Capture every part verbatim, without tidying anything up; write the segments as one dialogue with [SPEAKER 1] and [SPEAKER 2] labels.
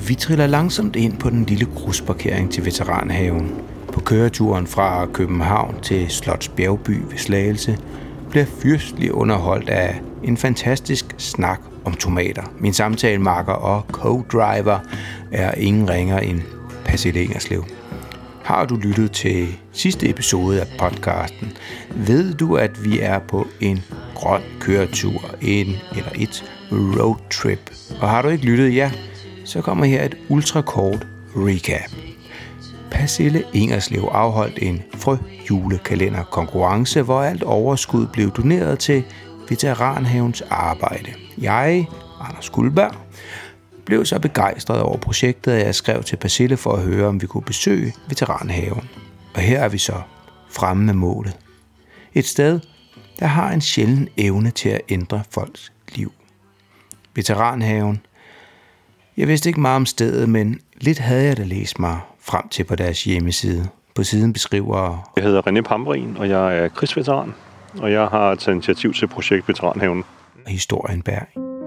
[SPEAKER 1] Vi triller langsomt ind på den lille grusparkering til Veteranhaven. På køreturen fra København til Slots Bjergby ved Slagelse bliver fyrstelig underholdt af en fantastisk snak om tomater. Min samtalemarker og co-driver er ingen ringer end Pernille Ingerslev. Har du lyttet til sidste episode af podcasten, ved du, at vi er på en grøn køretur, en eller et roadtrip. Og har du ikke lyttet, ja, så kommer her et ultrakort recap. Pernille Ingerslev afholdt en frøjulekalender-konkurrence, hvor alt overskud blev doneret til Veteranhavens arbejde. Jeg, Anders Guldberg, blev så begejstret over projektet, at jeg skrev til Pernille for at høre, om vi kunne besøge Veteranhaven. Og her er vi så fremme med målet. Et sted, der har en sjælden evne til at ændre folks liv. Veteranhaven. Jeg vidste ikke meget om stedet, men lidt havde jeg da læst mig frem til på deres hjemmeside. På siden beskriver...
[SPEAKER 2] Jeg hedder René Pambrin, og jeg er krigsveteran, og jeg har taget initiativ til projekt Veteranhaven.
[SPEAKER 1] Historien bær.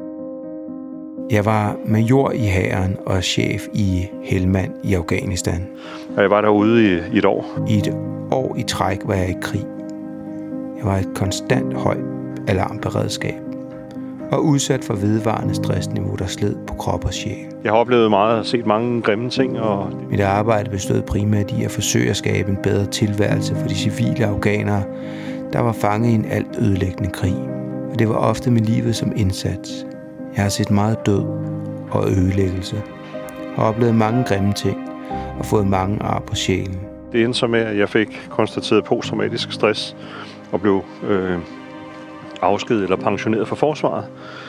[SPEAKER 1] Jeg var major i hæren og chef i Helmand i Afghanistan.
[SPEAKER 2] Og jeg var derude i, i et år.
[SPEAKER 1] I et år i træk var jeg i krig. Jeg var et konstant højt alarmberedskab og udsat for vedvarende stressniveau, der sled på krop og sjæl.
[SPEAKER 2] Jeg har oplevet meget og set mange grimme ting. Og...
[SPEAKER 1] Mit arbejde bestod primært i at forsøge at skabe en bedre tilværelse for de civile afghanere, der var fanget i en alt ødelæggende krig. Og det var ofte med livet som indsats. Jeg har set meget død og ødelæggelse, og oplevet mange grimme ting og fået mange ar på sjælen.
[SPEAKER 2] Det endte så med, at jeg fik konstateret posttraumatisk stress og blev øh, afskediget eller pensioneret fra forsvaret.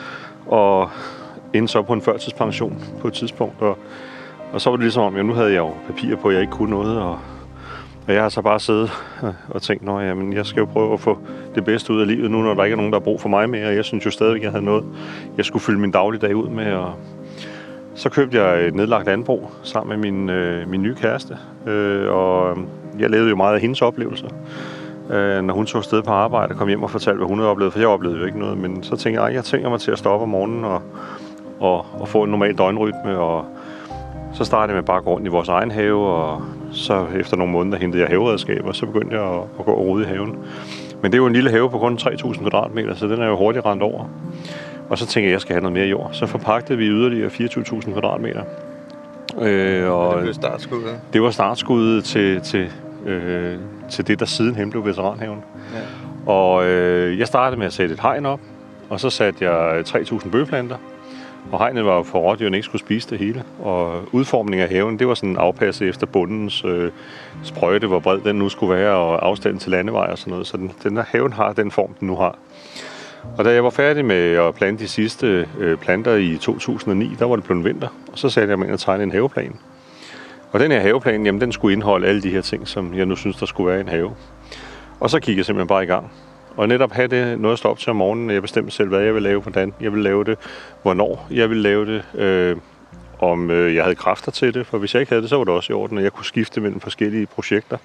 [SPEAKER 2] Og endte så på en førtidspension på et tidspunkt. Og, og så var det ligesom om, at nu havde jeg jo papirer på, at jeg ikke kunne noget. Og, og jeg har så bare siddet og tænkt, at jamen, jeg skal jo prøve at få det bedste ud af livet nu, når der ikke er nogen, der har brug for mig mere. Og jeg synes jo stadigvæk, at jeg havde noget, jeg skulle fylde min dagligdag ud med. Og så købte jeg et nedlagt landbrug sammen med min, øh, min nye kæreste. Øh, og jeg levede jo meget af hendes oplevelser. Øh, når hun tog afsted på arbejde og kom hjem og fortalte, hvad hun havde oplevet, for jeg oplevede jo ikke noget. Men så tænkte jeg, at jeg tænker mig til at stoppe om morgenen og, og, og få en normal døgnrytme. Og så startede jeg med bare at gå rundt i vores egen have, og så efter nogle måneder hentede jeg haveredskaber, og så begyndte jeg at, at gå og rode i haven. Men det er jo en lille have på kun tre tusind kvadratmeter, så den er jo hurtigt rendt over. Og så tænkte jeg, at jeg skal have noget mere jord. Så forpagtede vi yderligere fireogtyve tusind kvadratmeter.
[SPEAKER 3] Øh, og det var startskuddet?
[SPEAKER 2] Det var startskuddet til, til, øh, til det, der sidenhen blev Veteranhaven. Ja. Og øh, jeg startede med at sætte et hegn op, og så satte jeg tre tusind bøgeplanter. Og hegnet var for rådyrene ikke skulle spise det hele. Og udformningen af haven, det var sådan afpasset efter bondens øh, sprøjte, hvor bred den nu skulle være, og afstanden til landevej og sådan noget. Så den, den der haven har den form, den nu har. Og da jeg var færdig med at plante de sidste øh, planter i to tusind og ni, der var det blevet vinter. Og så satte jeg mig ind og tegnede en haveplan. Og den her haveplan, jamen den skulle indeholde alle de her ting, som jeg nu synes, der skulle være i en have. Og så kiggede jeg simpelthen bare i gang. Og netop have det noget at stå op til om morgenen, og jeg bestemte selv, hvad jeg vil lave, hvordan jeg vil lave det, hvornår jeg vil lave det, øh, om øh, jeg havde kræfter til det. For hvis jeg ikke havde det, så var det også i orden, og jeg kunne skifte mellem forskellige projekter.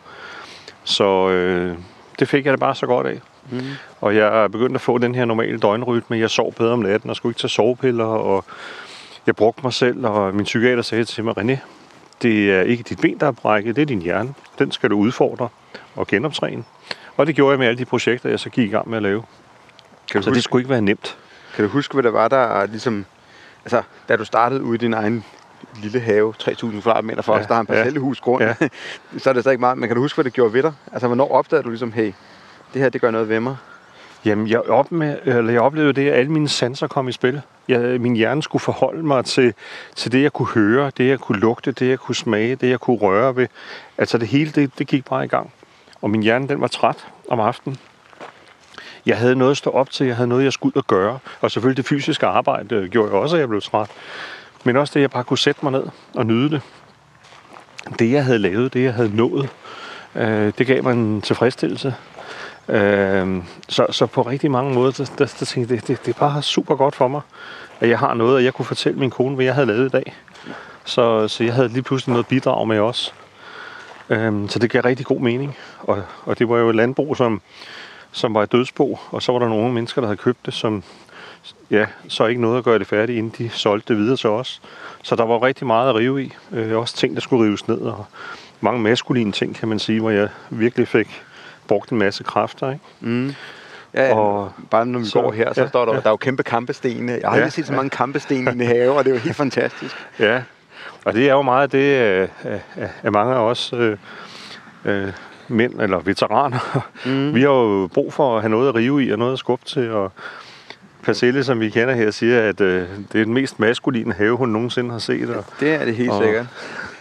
[SPEAKER 2] Så øh, det fik jeg det bare så godt af. Mm. Og jeg er begyndt at få den her normale døgnrytme. Jeg sov bedre om natten og skulle ikke tage sovepiller, og jeg brugte mig selv, og min psykiater sagde til mig, René, det er ikke dit ben, der er brækket, det er din hjerne. Den skal du udfordre og genoptræne. Og det gjorde jeg med alle de projekter, jeg så gik i gang med at lave. Kan så huske, det skulle ikke være nemt.
[SPEAKER 3] Kan du huske, hvad der var der, ligesom, altså, da du startede ude i din egen lille have, tre tusind kvadratmeter for ja, os, der har en parcelhusgrund, ja. Så er det så ikke meget, men kan du huske, hvad det gjorde ved dig? Altså, hvornår opdagede du ligesom, hey, det her, det gør noget ved mig?
[SPEAKER 2] Jamen, jeg, op med, eller jeg oplevede det, at alle mine sanser kom i spil. Jeg, min hjerne skulle forholde mig til, til det, jeg kunne høre, det, jeg kunne lugte, det, jeg kunne smage, det, jeg kunne røre ved. Altså, det hele, det, det gik bare i gang. Og min hjerne, den var træt om aftenen. Jeg havde noget at stå op til, jeg havde noget, jeg skulle ud og gøre. Og selvfølgelig det fysiske arbejde gjorde jeg også, at jeg blev træt. Men også det, jeg bare kunne sætte mig ned og nyde det. Det, jeg havde lavet, det, jeg havde nået, øh, det gav mig en tilfredsstillelse. Øh, så, så på rigtig mange måder, der, der, der tænkte jeg, det, det, det er bare super godt for mig, at jeg har noget, og jeg kunne fortælle min kone, hvad jeg havde lavet i dag. Så, så jeg havde lige pludselig noget bidrag med også. Øh, så det gav rigtig god mening. Og, og det var jo et landbrug, som, som var et dødsbo, og så var der nogle mennesker, der havde købt det, som ja, så ikke noget at gøre det færdigt, inden de solgte det videre til os. Så der var rigtig meget at rive i. Øh, også ting, der skulle rives ned, og mange maskuline ting, kan man sige, hvor jeg virkelig fik brugt en masse kræfter, ikke?
[SPEAKER 3] Mm. Ja, ja. Og bare når vi så, går her, så ja, står der, ja. der er jo kæmpe kampesten. Jeg har aldrig ja, set så mange ja. kampesten i en have, og det er jo helt fantastisk.
[SPEAKER 2] Ja, og det er jo meget af det, af, af, af mange af os øh, øh, mænd eller veteraner. Mm. Vi har jo brug for at have noget at rive i, og noget at skubbe til, og Persille, som vi kender her, siger, at øh, det er den mest maskuline have, hun nogensinde har set. Og,
[SPEAKER 3] det er det helt og, sikkert.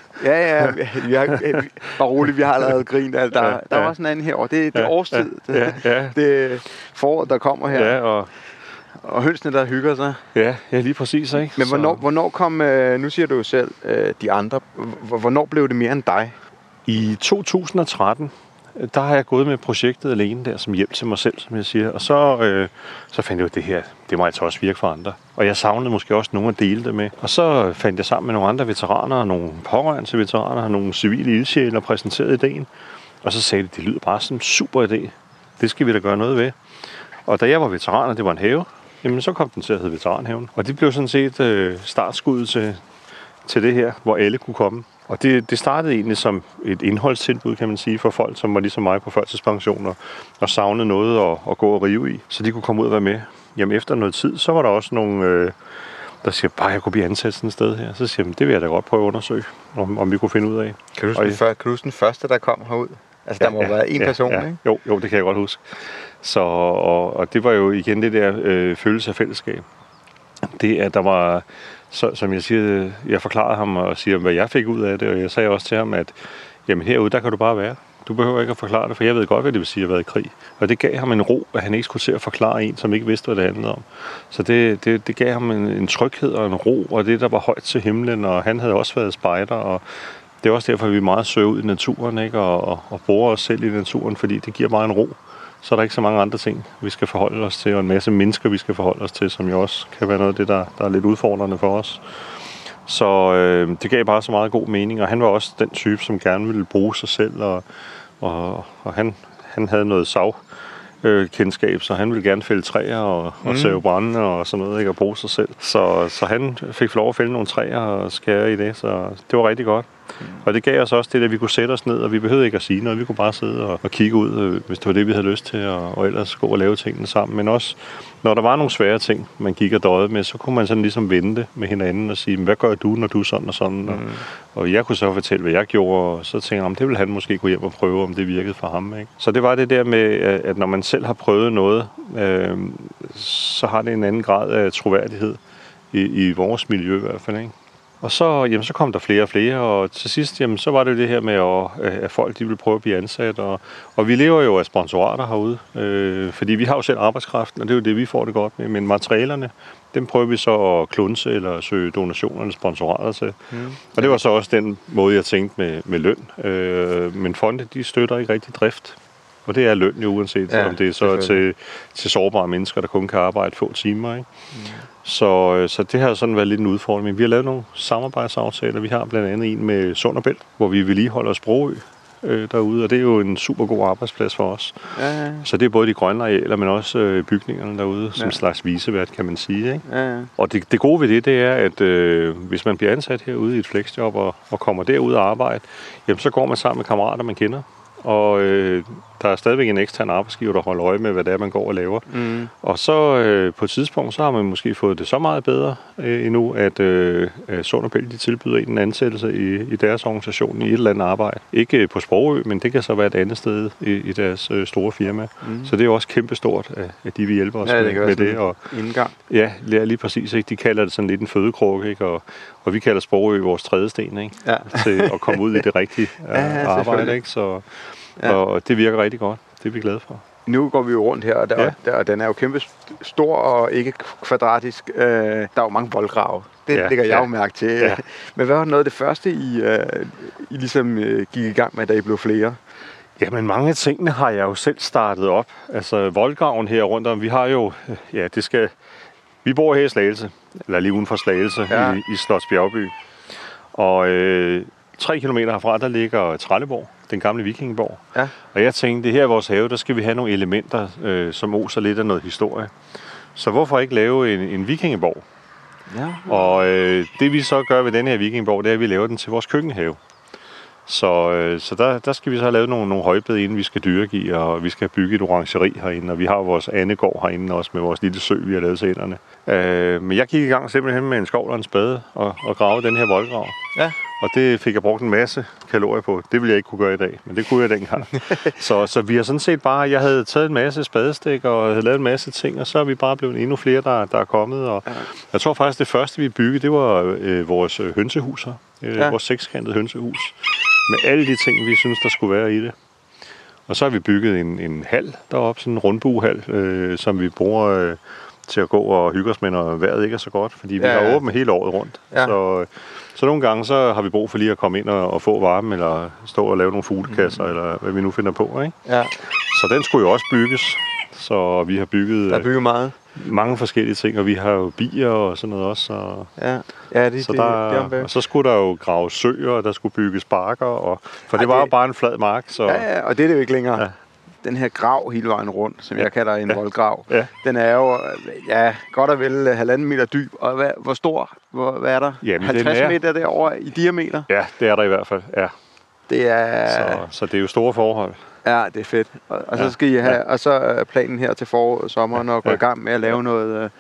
[SPEAKER 3] Ja, ja, vi har, bare roligt, vi har lavet grin. Altså, der, ja, der ja. var sådan en anden her, og det, det er ja, årstid. Ja, ja. Det er foråret, der kommer her.
[SPEAKER 2] Ja, og,
[SPEAKER 3] og hønsene, der hygger sig.
[SPEAKER 2] Ja, ja lige præcis. Ikke?
[SPEAKER 3] Men hvornår, hvornår kom, nu siger du jo selv, de andre, hvornår blev det mere end dig?
[SPEAKER 2] I to tusind og tretten, der har jeg gået med projektet alene der, som hjælp til mig selv, som jeg siger. Og så, øh, så fandt jeg jo, det her, det må altså også virke for andre. Og jeg savnede måske også nogen at dele det med. Og så fandt jeg sammen med nogle andre veteraner, nogle pårørende til veteraner, og nogle civile ildsjæle og præsenterede ideen. Og så sagde de, det lyder bare som en super idé. Det skal vi da gøre noget ved. Og da jeg var veteran, og det var en have, jamen så kom den til at hedde Veteranhaven. Og det blev sådan set øh, startskuddet til, til det her, hvor alle kunne komme. Og det, det startede egentlig som et indholdstilbud, kan man sige, for folk, som var ligesom mig på førtidspension og, og savnede noget at, at gå og rive i, så de kunne komme ud og være med. Jamen efter noget tid, så var der også nogle, øh, der siger, bare jeg kunne blive ansat sådan et sted her. Så siger jeg, det vil jeg da godt prøve at undersøge, om, om vi kunne finde ud af.
[SPEAKER 3] Kan du huske, den, kan du huske den første, der kom herud? Altså der ja, må ja, være en ja, person, ja. Ikke?
[SPEAKER 2] Jo, jo, det kan jeg godt huske. Så, og, og det var jo igen det der øh, følelse af fællesskab. Det at der var... Så, som jeg siger, jeg forklarede ham og siger, hvad jeg fik ud af det, og jeg sagde også til ham, at jamen herude, der kan du bare være. Du behøver ikke at forklare det, for jeg ved godt, hvad det vil sige at være i krig. Og det gav ham en ro, at han ikke skulle til at forklare en, som ikke vidste, hvad det handlede om. Så det, det, det gav ham en, en tryghed og en ro, og det, der var højt til himlen, og han havde også været spejder, og det er også derfor, at vi er meget søge ud i naturen, ikke? Og, og, og bruger os selv i naturen, fordi det giver bare en ro. Så er der ikke så mange andre ting, vi skal forholde os til, og en masse mennesker, vi skal forholde os til, som jo også kan være noget af det, der, der er lidt udfordrende for os. Så øh, det gav bare så meget god mening, og han var også den type, som gerne ville bruge sig selv, og, og, og han, han havde noget sav øh, kendskab, så han ville gerne fælde træer og, mm. og save brænde og sådan noget, ikke, og bruge sig selv. Så, så han fik lov at fælde nogle træer og skære i det, så det var rigtig godt. Mm. Og det gav os også det, at vi kunne sætte os ned, og vi behøvede ikke at sige noget. Vi kunne bare sidde og, og kigge ud, hvis det var det, vi havde lyst til, og, og ellers gå og lave tingene sammen. Men også, når der var nogle svære ting, man gik og døjede med, så kunne man sådan ligesom vente med hinanden og sige, hvad gør du, når du er sådan og sådan? Mm. Og, og jeg kunne så fortælle, hvad jeg gjorde, og så tænkte jeg, det ville han måske gå hjem og prøve, om det virkede for ham. Ikke? Så det var det der med, at når man selv har prøvet noget, øh, så har det en anden grad af troværdighed i, i vores miljø i hvert fald, ikke? Og så, jamen, så kom der flere og flere, og til sidst, jamen, så var det det her med, at, at folk de ville prøve at blive ansat. Og, og vi lever jo af sponsorater herude, øh, fordi vi har jo selv arbejdskraften, og det er jo det, vi får det godt med. Men materialerne, dem prøver vi så at klunse eller søge donationer eller sponsorater til. Mm. Og det var så også den måde, jeg tænkte med, med løn. Øh, men fonde, de støtter ikke rigtig drift. Og det er løn jo uanset, ja, om det er så til, til sårbare mennesker, der kun kan arbejde få timer, ikke? Mm. Så, så det har sådan været lidt en udfordring. Men vi har lavet nogle samarbejdsaftaler. Vi har blandt andet en med Sund og Bælt, hvor vi vedligeholder Sprogø øh, derude, og det er jo en super god arbejdsplads for os. Ja, ja. Så det er både de grønne arealer, men også øh, bygningerne derude, som ja. en slags visevært, kan man sige. Ikke? Ja, ja. Og det, det gode ved det, det er, at øh, hvis man bliver ansat herude i et flexjob og, og kommer derud og arbejde, jamen, så går man sammen med kammerater, man kender. Og øh, der er stadigvæk en ekstern arbejdsgiver, der holder øje med, hvad det er, man går og laver. Mm. Og så øh, på et tidspunkt, så har man måske fået det så meget bedre øh, endnu, at øh, Sund og Bælt, de tilbyder en ansættelse i, i deres organisation i et eller andet arbejde. Ikke på Sprogø, men det kan så være et andet sted i, i deres øh, store firma. Mm. Så det er også kæmpestort, at, at de vil hjælpe os ja, det med, med det. Og,
[SPEAKER 3] indgang.
[SPEAKER 2] Ja, lige præcis. Ikke? De kalder det sådan lidt en fødekrukke, ikke? Og, og vi kalder Sprogø vores tredje sten, ikke? Ja. Til at komme ud i det rigtige ja, ja, arbejde. Ikke? Så, ja. Og det virker rigtig godt. Det er vi glade for.
[SPEAKER 3] Nu går vi jo rundt her, og, der, ja. der, og den er jo kæmpe stor og ikke kvadratisk. Øh, der er jo mange voldgrave. Det ja. lægger jeg ja. jo mærke til. Ja. Men hvad var noget af det første, I, øh, I ligesom øh, gik i gang med, da I blev flere?
[SPEAKER 2] Jamen, mange af tingene har jeg jo selv startet op. Altså, voldgraven her rundt om, vi har jo... Ja, det skal... Vi bor her i Slagelse, eller lige uden for Slagelse, ja. i, i Slots Bjergby. Og øh, tre kilometer herfra, der ligger Trelleborg, den gamle vikingeborg. Ja. Og jeg tænkte, det her i vores have, der skal vi have nogle elementer, øh, som oser lidt af noget historie. så hvorfor ikke lave en, en vikingeborg?
[SPEAKER 3] Ja.
[SPEAKER 2] Og øh, det vi så gør ved den her vikingeborg, det er, at vi laver den til vores køkkenhave. Så, øh, så der, der skal vi så have lavet nogle, nogle højbed, inden vi skal dyrke, og vi skal bygge et orangeri herinde, og vi har vores andegård herinde også med vores lille sø, vi har lavet til inderne. Øh, men jeg gik i gang simpelthen med en skovl og en spade og, og grave den her voldgrav.
[SPEAKER 3] Ja.
[SPEAKER 2] Og det fik jeg brugt en masse kalorier på. Det ville jeg ikke kunne gøre i dag, men det kunne jeg dengang. så, så vi har sådan set bare, jeg havde taget en masse spadestik og havde lavet en masse ting, og så er vi bare blevet endnu flere, der, der er kommet. Og ja. Jeg tror faktisk, det første vi byggede, det var øh, vores hønsehus her. Øh, ja. Vores sekskantede hønsehus. Med alle de ting, vi synes, der skulle være i det. Og så har vi bygget en, en hal deroppe, sådan en rundbuehal, øh, som vi bruger øh, til at gå og hygge os med, når vejret ikke er så godt. Fordi vi ja, ja. har åbent hele året rundt. Ja. Så, så nogle gange så har vi brug for lige at komme ind og, og få varme, eller stå og lave nogle fuglekasser, mm. eller hvad vi nu finder på. Ikke? Ja. Så den skulle jo også bygges. Så vi har bygget...
[SPEAKER 3] Der er bygget meget.
[SPEAKER 2] Mange forskellige ting, og vi har jo bier og sådan noget også. Og
[SPEAKER 3] ja, ja det,
[SPEAKER 2] så
[SPEAKER 3] det,
[SPEAKER 2] der,
[SPEAKER 3] det, det
[SPEAKER 2] og så skulle der jo grave søer, og der skulle bygges bakker, og, for Ej, det var det, jo bare en flad mark. Så,
[SPEAKER 3] ja, ja, og det er det jo ikke længere. Ja. Den her grav hele vejen rundt, som ja. jeg kalder en ja. voldgrav, ja. den er jo ja, godt og vel halvanden meter dyb. Og hvad, hvor stor? Hvor, hvad er der?
[SPEAKER 2] Jamen,
[SPEAKER 3] halvtreds
[SPEAKER 2] er,
[SPEAKER 3] meter derover i diameter?
[SPEAKER 2] Ja, det er der i hvert fald, ja.
[SPEAKER 3] Det er...
[SPEAKER 2] Så, så det er jo store forhold.
[SPEAKER 3] Ja, det er fedt. Og, og ja. så skal I have, ja. og så er planen her til foråret, sommeren, og gå ja. i gang med at lave ja. noget,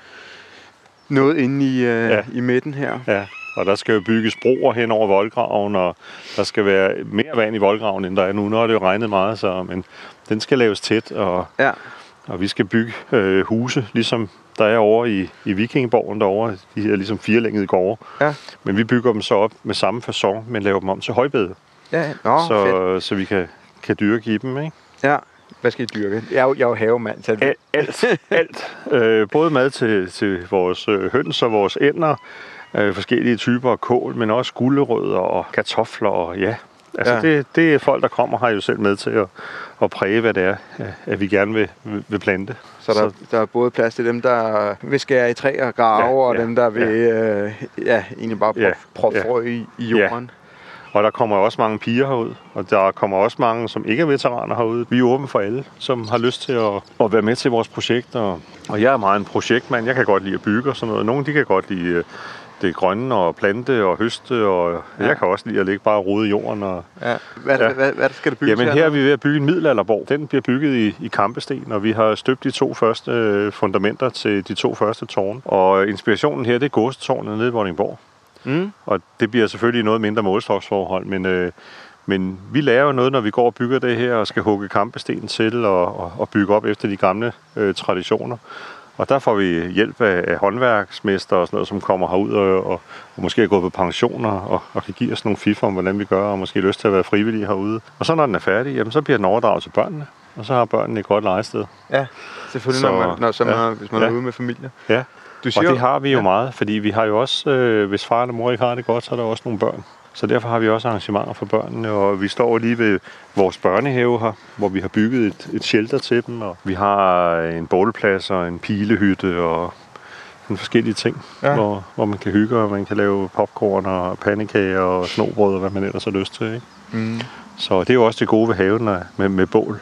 [SPEAKER 3] noget inde i, ja. i midten her.
[SPEAKER 2] Ja, og der skal jo bygges broer hen over voldgraven, og der skal være mere vand i voldgraven, end der er nu. Nu har det jo regnet meget, så, men den skal laves tæt, og, ja. og vi skal bygge øh, huse, ligesom der er over i, i Vikingeborgen derovre, de her ligesom firelængede gårde. Ja. Men vi bygger dem så op med samme facon, men laver dem om til højbede.
[SPEAKER 3] Ja, Nå,
[SPEAKER 2] så,
[SPEAKER 3] fedt.
[SPEAKER 2] så vi kan, kan dyrke i dem, ikke?
[SPEAKER 3] Ja. Hvad skal I dyrke? Jeg er jo, jeg er jo havemand. Så
[SPEAKER 2] alt, alt. alt. Øh, både mad til, til vores øh, høns og vores ænder, øh, forskellige typer af kål, men også gulerødder og kartofler. Og ja, altså ja. Det, det er folk, der kommer, har jo selv med til at, at præge, hvad det er, at vi gerne vil, vil plante.
[SPEAKER 3] Så der, så der er både plads til dem, der vil skære i træer og grave, ja, og ja, dem, der vil ja. Øh, ja, egentlig bare proppe prop ja, frø i, i jorden. Ja.
[SPEAKER 2] Og der kommer også mange piger herud, og der kommer også mange, som ikke er veteraner herude. Vi er åbne for alle, som har lyst til at, at være med til vores projekt. Og, og jeg er meget en projektmand. Jeg kan godt lide at bygge og sådan noget. Nogle de kan godt lide det grønne og plante og høste, og ja. jeg kan også lide at ligge bare og rode i jorden. Og,
[SPEAKER 3] ja. Hvad, ja. hvad, hvad skal det bygges?
[SPEAKER 2] Jamen her er vi ved at bygge en middelalderborg. Den bliver bygget i, i kampesten, og vi har støbt de to første fundamenter til de to første tårne. Og inspirationen her, det er gåsetårnet nede i Vordingborg. Mm. Og det bliver selvfølgelig noget mindre målstoksforhold, men, øh, men vi lærer jo noget, når vi går og bygger det her, og skal hugge kampesten til og, og, og bygge op efter de gamle øh, traditioner. Og der får vi hjælp af, af håndværksmester og sådan noget, som kommer herud og, og, og måske er gået på pensioner og, og kan give os nogle fif om, hvordan vi gør, og måske lyst til at være frivillige herude. Og så når den er færdig, jamen, så bliver den overdraget til børnene, og så har børnene et godt legested.
[SPEAKER 3] Ja, selvfølgelig, så, når man, når, så man, ja, hvis man ja. er ude med familie.
[SPEAKER 2] Ja. Du siger, og det har vi jo ja. meget, fordi vi har jo også, øh, hvis far eller mor ikke har det godt, så er der også nogle børn. Så derfor har vi også arrangementer for børnene, og vi står lige ved vores børnehave her, hvor vi har bygget et, et shelter til dem, og vi har en bålplads og en pilehytte og en forskellige ting, ja. hvor, hvor man kan hygge, og man kan lave popcorn og pandekager og snobrød og hvad man ellers har lyst til. Ikke? Mm. Så det er jo også det gode ved haven med, med bål,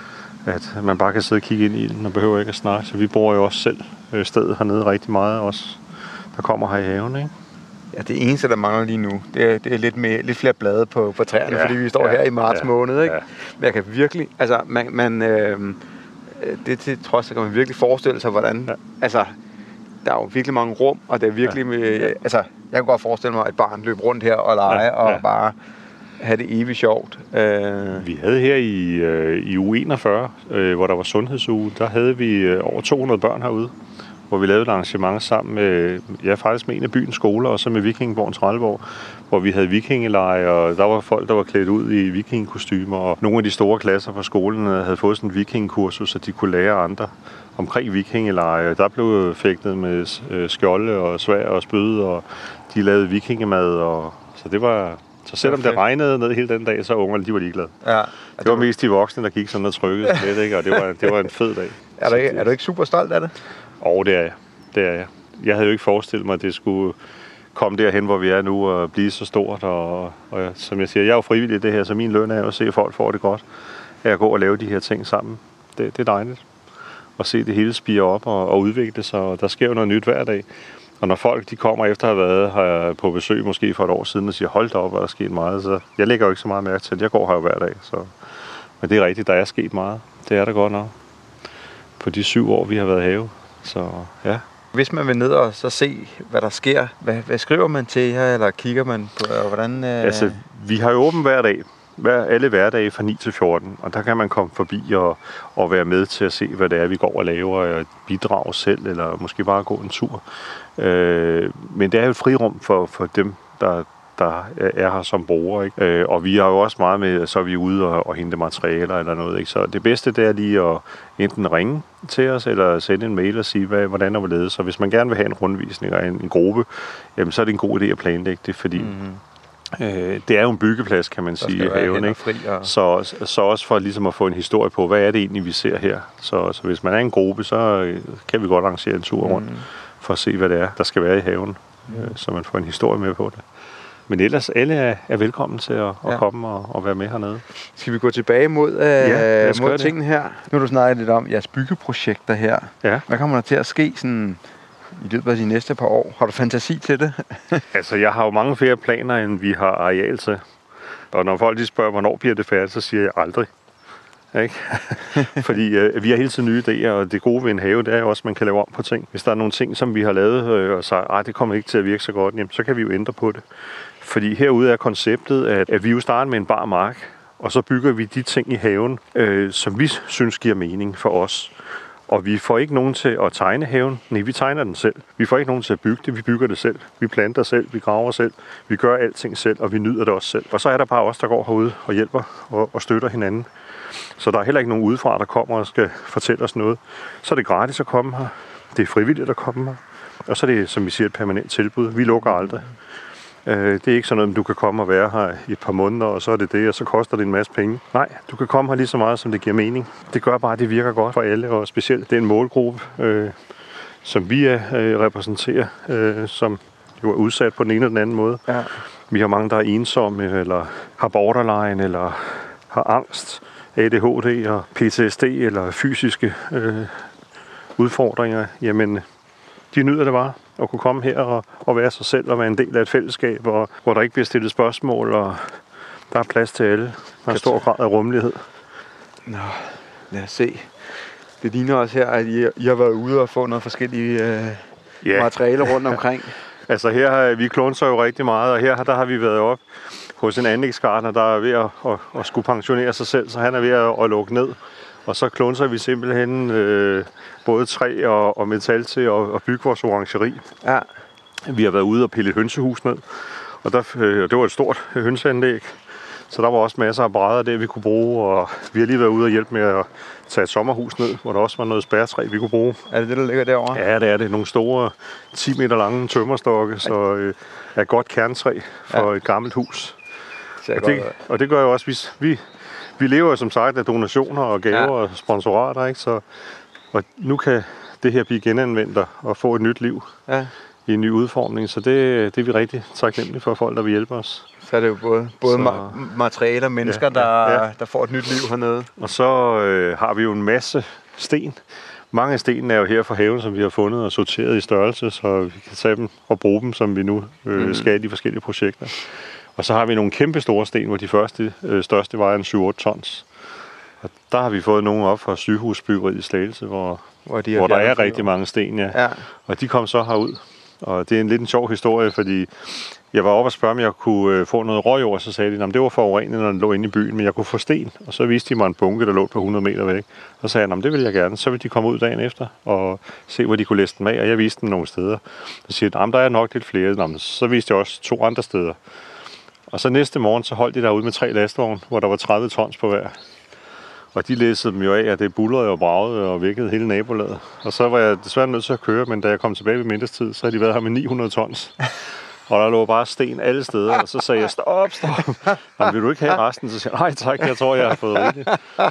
[SPEAKER 2] at man bare kan sidde og kigge ind i den og behøver ikke at snakke. Så vi bruger jo også selv stedet hernede rigtig meget, også der kommer her i haven, ikke?
[SPEAKER 3] Ja, det eneste, der mangler lige nu, det er, det er lidt, mere, lidt flere blade på, på træerne, ja, fordi vi står ja, her i marts ja, måned, ikke? Ja. Men jeg kan virkelig, altså, man, man øh, det til trods, så kan man virkelig forestille sig, hvordan, ja. altså, der er jo virkelig mange rum, og det er virkelig, ja. med, altså, jeg kan godt forestille mig, at et barn løber rundt her og lege, ja, og ja. bare have det evigt sjovt. Øh.
[SPEAKER 2] Vi havde her i, øh, i uge enogfyrre, øh, hvor der var sundhedsuge, der havde vi øh, over to hundrede børn herude, hvor vi lavede et arrangement sammen med, ja, faktisk med en af byens skoler, og så med Vikingeborgen Trælleborg, hvor vi havde vikingeleje, og der var folk, der var klædt ud i vikingekostymer, og nogle af de store klasser fra skolen havde fået sådan en vikingekursus, så de kunne lære andre omkring vikingeleje. Der blev fægtet med skjolde og sværd og spyd, og de lavede vikingemad, og så det var... Så selvom det, det regnede ned hele den dag, så ungerne, de var ligeglade. Ja. Det var mest de voksne, der gik sådan og trykkede lidt, ikke? Og det var, det var en fed dag.
[SPEAKER 3] Er du, ikke, er du ikke super stolt af det?
[SPEAKER 2] Åh, oh, det er jeg. Det er jeg. Jeg havde jo ikke forestillet mig, at det skulle komme derhen, hvor vi er nu, og blive så stort. Og, og som jeg siger, jeg er jo frivillig i det her, så min løn er jo at se, at folk får det godt. At jeg går og lave de her ting sammen. Det, det er dejligt. og se det hele spire op og, og udvikle sig, og der sker jo noget nyt hver dag. Og når folk de kommer efter at have været her på besøg måske for et år siden og siger, hold da op, hvor der er sket meget, så jeg lægger jo ikke så meget mærke til det. Jeg går her jo hver dag, så... Men det er rigtigt, der er sket meget. Det er der godt nok. På de syv år, vi har været i have. Så ja.
[SPEAKER 3] Hvis man vil ned og så se, hvad der sker, hvad, hvad skriver man til her, eller kigger man på, og hvordan... Øh...
[SPEAKER 2] Altså, vi har jo åbent hver dag. Hver, alle hverdage fra ni til fjorten, og der kan man komme forbi og, og være med til at se, hvad det er, vi går og laver, og bidrage selv, eller måske bare gå en tur. Øh, men det er jo et frirum for, for dem, der, der er her som brugere, ikke? Øh, og vi har jo også meget med, så er vi ude og, og hente materialer eller noget, ikke? Så det bedste, det er lige at enten ringe til os, eller sende en mail og sige, hvad, hvordan og hvorledes. Så hvis man gerne vil have en rundvisning og en, en gruppe, jamen, så er det en god idé at planlægge det, fordi... Mm-hmm. Øh, det er jo en byggeplads, kan man sige, i haven, ikke?
[SPEAKER 3] Fri, og...
[SPEAKER 2] så, så også for ligesom at få en historie på, hvad er det egentlig, vi ser her. Så, så hvis man er en gruppe, så kan vi godt arrangere en tur rundt, mm. for at se, hvad det er, der skal være i haven, mm. øh, så man får en historie med på det. Men ellers, alle er, er velkommen til at, at ja. komme og, og være med hernede.
[SPEAKER 3] Skal vi gå tilbage mod, øh,
[SPEAKER 2] ja,
[SPEAKER 3] mod tingene her? Nu har du snakket lidt om jeres byggeprojekter her.
[SPEAKER 2] Ja.
[SPEAKER 3] Hvad kommer der til at ske sådan... i løbet af de næste par år? Har du fantasi til det?
[SPEAKER 2] Altså, jeg har jo mange flere planer, end vi har areal til. Og når folk de spørger, hvornår bliver det færdigt, så siger jeg aldrig. Ikke? Fordi øh, vi har hele tiden nye idéer, og det gode ved en have, det er jo også, at man kan lave om på ting. Hvis der er nogle ting, som vi har lavet, øh, og så at det kommer ikke til at virke så godt, jamen, så kan vi jo ændre på det. Fordi herude er konceptet, at, at vi jo starter med en bar mark, og så bygger vi de ting i haven, øh, som vi synes giver mening for os. Og vi får ikke nogen til at tegne haven. Nej, vi tegner den selv. Vi får ikke nogen til at bygge det. Vi bygger det selv. Vi planter selv. Vi graver selv. Vi gør alting selv, og vi nyder det også selv. Og så er der bare os, der går herude og hjælper og, og støtter hinanden. Så der er heller ikke nogen udefra, der kommer og skal fortælle os noget. Så er det gratis at komme her. Det er frivilligt at komme her. Og så er det, som vi siger, et permanent tilbud. Vi lukker aldrig. Det er ikke sådan noget, at du kan komme og være her i et par måneder, og så er det det, og så koster det en masse penge. Nej, du kan komme her lige så meget, som det giver mening. Det gør bare, at det virker godt for alle, og specielt den målgruppe, øh, som vi er, øh, repræsenterer, øh, som jo er udsat på den ene eller den anden måde. Ja. Vi har mange, der er ensomme, eller har borderline, eller har angst, A D H D og P T S D, eller fysiske øh, udfordringer. Jamen, de nyder det bare at kunne komme her og, og være sig selv og være en del af et fællesskab, hvor, hvor der ikke bliver stillet spørgsmål, og der er plads til alle. Der er en stor grad af rummelighed.
[SPEAKER 3] Nå, lad os se. Det ligner også her, at I, I har været ude og få noget forskellige øh, yeah. materialer rundt omkring.
[SPEAKER 2] Altså her har vi klunser jo rigtig meget, og her der har vi været op hos en anlægsgartner, der er ved at, at, at skulle pensionere sig selv, så han er ved at, at lukke ned. Og så klunser vi simpelthen øh, både træ og, og metal til at, at bygge vores orangeri. Ja. Vi har været ude og pille et hønsehus ned, og der, øh, det var et stort hønseanlæg. Så der var også masser af brædder der, vi kunne bruge, og vi har lige været ude og hjælpe med at tage et sommerhus ned, hvor der også var noget spærretræ, vi kunne bruge.
[SPEAKER 3] Er det det, der ligger derovre?
[SPEAKER 2] Ja, det er det. Nogle store ti meter lange tømmerstokke, så øh, er godt kerntræ for ja. et gammelt hus. Og det, og det gør jo også, hvis vi... Vi lever jo som sagt af donationer og gaver ja. og sponsorater, ikke? Så og nu kan det her blive genanvendt og få et nyt liv ja. i en ny udformning. Så det, det er vi rigtig taknemmelige for folk, der vil hjælpe os.
[SPEAKER 3] Så er det jo både, både så, ma- materialer og mennesker, ja, ja, ja. Der, der får et nyt liv hernede.
[SPEAKER 2] Og så øh, har vi jo en masse sten. Mange af stenene er jo her fra haven, som vi har fundet og sorteret i størrelse, så vi kan tage dem og bruge dem, som vi nu øh, mm. skal i de forskellige projekter. Og så har vi nogle kæmpe store sten, hvor de første, øh, største vejer en syv otte tons. Og der har vi fået nogle op fra sygehusbyggeriet i Slagelse, hvor, hvor, de hvor der er rigtig mange sten. Ja. Ja. Og de kom så herud. Og det er en lidt en sjov historie, fordi jeg var oppe og spørge, om jeg kunne øh, få noget råjord, så sagde de, at det var forurenet, når den lå inde i byen, men jeg kunne få sten. Og så viste de mig en bunke, der lå på hundrede meter væk. Og så sagde jeg, det vil jeg gerne. Så ville de komme ud dagen efter og se, hvor de kunne læse dem af, og jeg viste dem nogle steder. Så siger de, der er nok lidt flere. Nå, så viste jeg også to andre steder. Og så næste morgen, så holdt de derude med tre lastvogne, hvor der var tredive tons på hver. Og de læssede dem jo af, at det buldrede og bragede og vækkede hele nabolaget. Og så var jeg desværre nødt til at køre, men da jeg kom tilbage ved middagstid, så havde de været her med ni hundrede tons. Og der lå bare sten alle steder, og så sagde jeg, stop, stop. Jamen, vil du ikke have resten? Så siger jeg, nej tak, jeg tror, jeg har fået rigeligt.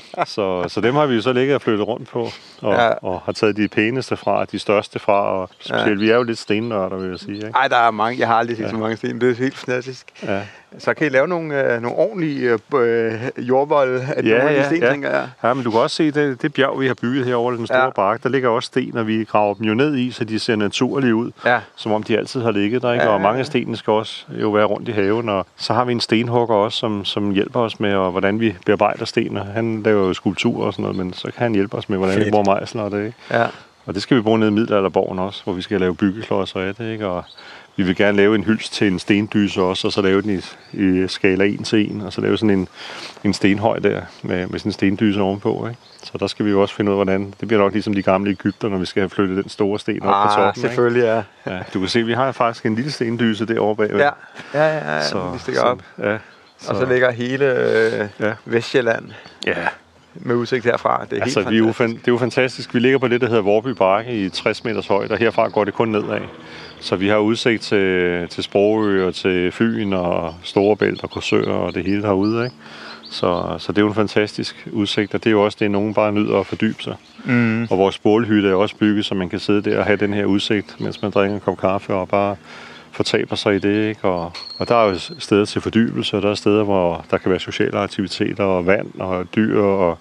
[SPEAKER 2] Så, så dem har vi jo så ligget og flyttet rundt på, og, ja. og har taget de pæneste fra, de største fra, og specielt, ja. vi er jo lidt stennørder, vil jeg sige. Ikke?
[SPEAKER 3] Ej, der er mange, jeg har aldrig set ja. så mange sten, det er helt fantastisk. Ja. Så kan I lave nogle, øh, nogle ordentlige øh, jordvolde af de ja, ja, sten,
[SPEAKER 2] ja.
[SPEAKER 3] tænker jeg.
[SPEAKER 2] Ja, men du kan også se, det, det bjerg, vi har bygget herovre, den store ja. bakke, der ligger også sten, og vi graver dem jo ned i, så de ser naturlige ud, ja. som om de altid har ligget der, ikke? Ja, og mange af stenene skal også jo være rundt i haven, og så har vi en stenhugger også, som, som hjælper os med, og hvordan vi bearbejder sten, og han laver jo skulpturer og sådan noget, men så kan han hjælpe os med, hvordan Fedt. vi bruger mejsler og det, ikke? Ja. Og det skal vi bruge nede i Middelalderborgen også, hvor vi skal lave byggeklodser af det, ikke? Og vi vil gerne lave en hylst til en stendyse også, og så lave den i, i skala en til en, og så lave sådan en, en stenhøj der med, med sådan en stendyse ovenpå, ikke? Så der skal vi jo også finde ud af, hvordan det bliver nok ligesom de gamle Egypter, når vi skal have flyttet den store sten op ah, på toppen.
[SPEAKER 3] Selvfølgelig, ja.
[SPEAKER 2] ja. Du kan se, vi har faktisk en lille stendyse derovre bagved.
[SPEAKER 3] Ja, ja, ja, ja. Så, vi stikker op. Ja, så. Og så ligger hele øh, ja. Vestjylland. Ja. Med udsigt herfra. Det er altså, helt vi er jo fan, det er jo fantastisk. Vi ligger på det, der hedder Vorby Bakke i tres meters højde, og herfra går det kun nedad. Så vi har udsigt til, til Sprogø og til Fyn og Storebælt og Korsør og det hele herude, ikke? Så, så det er jo en fantastisk udsigt, og det er jo også det, nogen bare nyder at fordybe sig. Mm. Og vores bålhytte er også bygget, så man kan sidde der og have den her udsigt, mens man drikker en kop kaffe og bare fortaber sig i det, ikke? Og, og der er jo steder til fordybelse, og der er steder, hvor der kan være sociale aktiviteter og vand og dyr og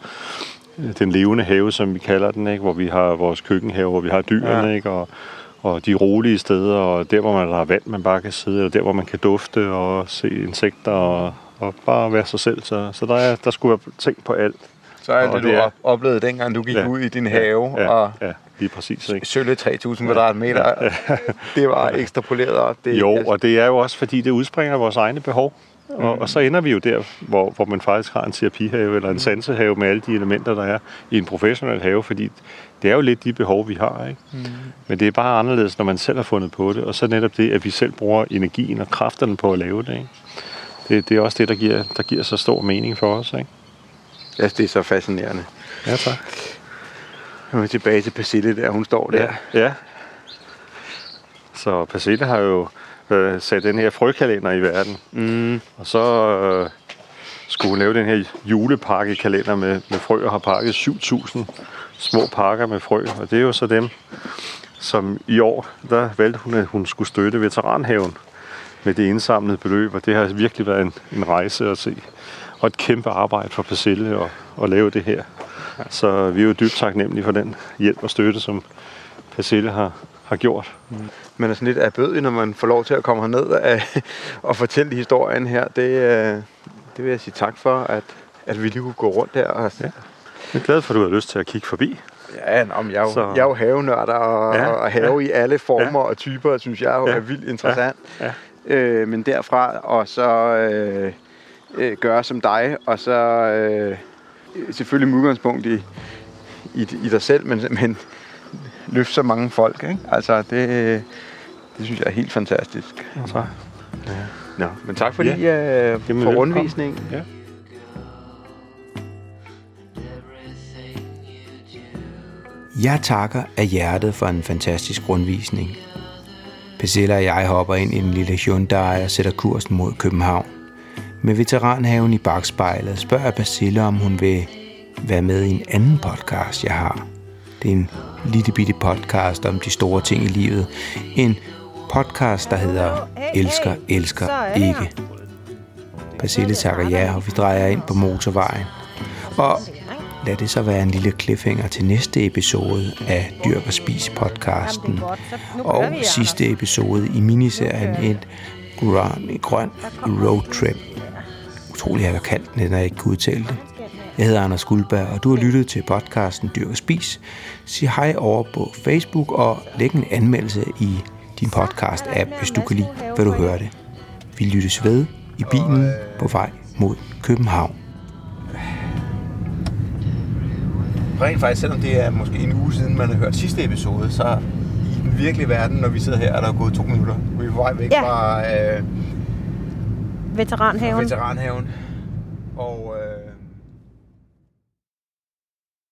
[SPEAKER 3] den levende have, som vi kalder den, ikke? Hvor vi har vores køkkenhave, hvor vi har dyrene, ja. ikke? Og, og de rolige steder, og der, hvor man der er vand, man bare kan sidde, og der, hvor man kan dufte og se insekter og, og bare være sig selv. Så, så der, er, der skulle være ting på alt. Så er det, du er, oplevede dengang, du gik ja, ud i din have,
[SPEAKER 2] ja,
[SPEAKER 3] og
[SPEAKER 2] ja, lige præcis, ikke?
[SPEAKER 3] Sølle tre tusind kvadratmeter, ja, ja. Det var ekstrapoleret op. Det,
[SPEAKER 2] jo, og det er jo også, fordi det udspringer af vores egne behov. Og, mm. og så ender vi jo der, hvor, hvor man faktisk har en terapihave eller en sansehave med alle de elementer, der er i en professionel have, fordi det er jo lidt de behov, vi har, ikke? Mm. Men det er bare anderledes, når man selv har fundet på det, og så netop det, at vi selv bruger energien og kræfterne på at lave det, ikke? Det, det er også det, der giver, der giver så stor mening for os, ikke?
[SPEAKER 3] Ja, det er så fascinerende.
[SPEAKER 2] Ja, tak.
[SPEAKER 3] Nu er tilbage til Persille der, hun står der.
[SPEAKER 2] Ja, ja. Så Persille har jo øh, sat den her frøkalender i verden. Mm. Og så øh, skulle hun lave den her julepakkekalender med, med frø, og har pakket syv tusind små pakker med frø. Og det er jo så dem, som i år, der valgte hun, at hun skulle støtte Veteranhaven med det indsamlede beløb. Og det har virkelig været en, en rejse at se. Og et kæmpe arbejde for Persille at, at lave det her. Så vi er jo dybt taknemmelige for den hjælp og støtte, som Persille har, har gjort.
[SPEAKER 3] Mm. Man er sådan lidt erbødig, når man får lov til at komme herned og fortælle historien her. Det, det vil jeg sige tak for, at, at vi lige kunne gå rundt her. Og
[SPEAKER 2] ja. Jeg er glad for, at du har lyst til at kigge forbi.
[SPEAKER 3] Ja, nå, jeg, er jo, jeg er jo havenørder, og, ja, og have ja, i alle former ja, og typer, synes jeg jo ja, er vildt interessant. Ja, ja. Øh, men derfra, og så øh, øh, gøre som dig, og så øh, selvfølgelig med udgangspunkt i, i, i dig selv, men, men løfte så mange folk, ikke? Altså, det, det synes jeg er helt fantastisk.
[SPEAKER 2] Ja, tak.
[SPEAKER 3] Ja. Nå, men tak fordi ja. øh, for rundvisningen. Ja.
[SPEAKER 1] Jeg takker af hjertet for en fantastisk rundvisning. Persille og jeg hopper ind i en lille Hyundai og sætter kursen mod København. Med Veteranhaven i bagspejlet spørger jeg Persille, om hun vil være med i en anden podcast, jeg har. Det er en lille bitte podcast om de store ting i livet. En podcast, der hedder Elsker, elsker ikke. Persille takker ja, og vi drejer ind på motorvejen. Og lad det så være en lille cliffhanger til næste episode af Dyrk og Spis podcasten. Og sidste episode i miniserien et grøn, grøn roadtrip. Utrolig jeg har kaldt den, når jeg ikke kan udtale det. Jeg hedder Anders Guldberg, og du har lyttet til podcasten Dyrk og Spis. Sig hej over på Facebook og læg en anmeldelse i din podcast-app, hvis du kan lide, hvad du hører det. Vi lyttes ved i bilen på vej mod København.
[SPEAKER 3] Rent faktisk, selvom det er måske en uge siden, man har hørt sidste episode, så i den virkelige verden, når vi sidder her, er der gået to minutter. Vi er på vej væk ja. fra, øh,
[SPEAKER 4] Veteranhaven.
[SPEAKER 3] fra Veteranhaven. Og øh,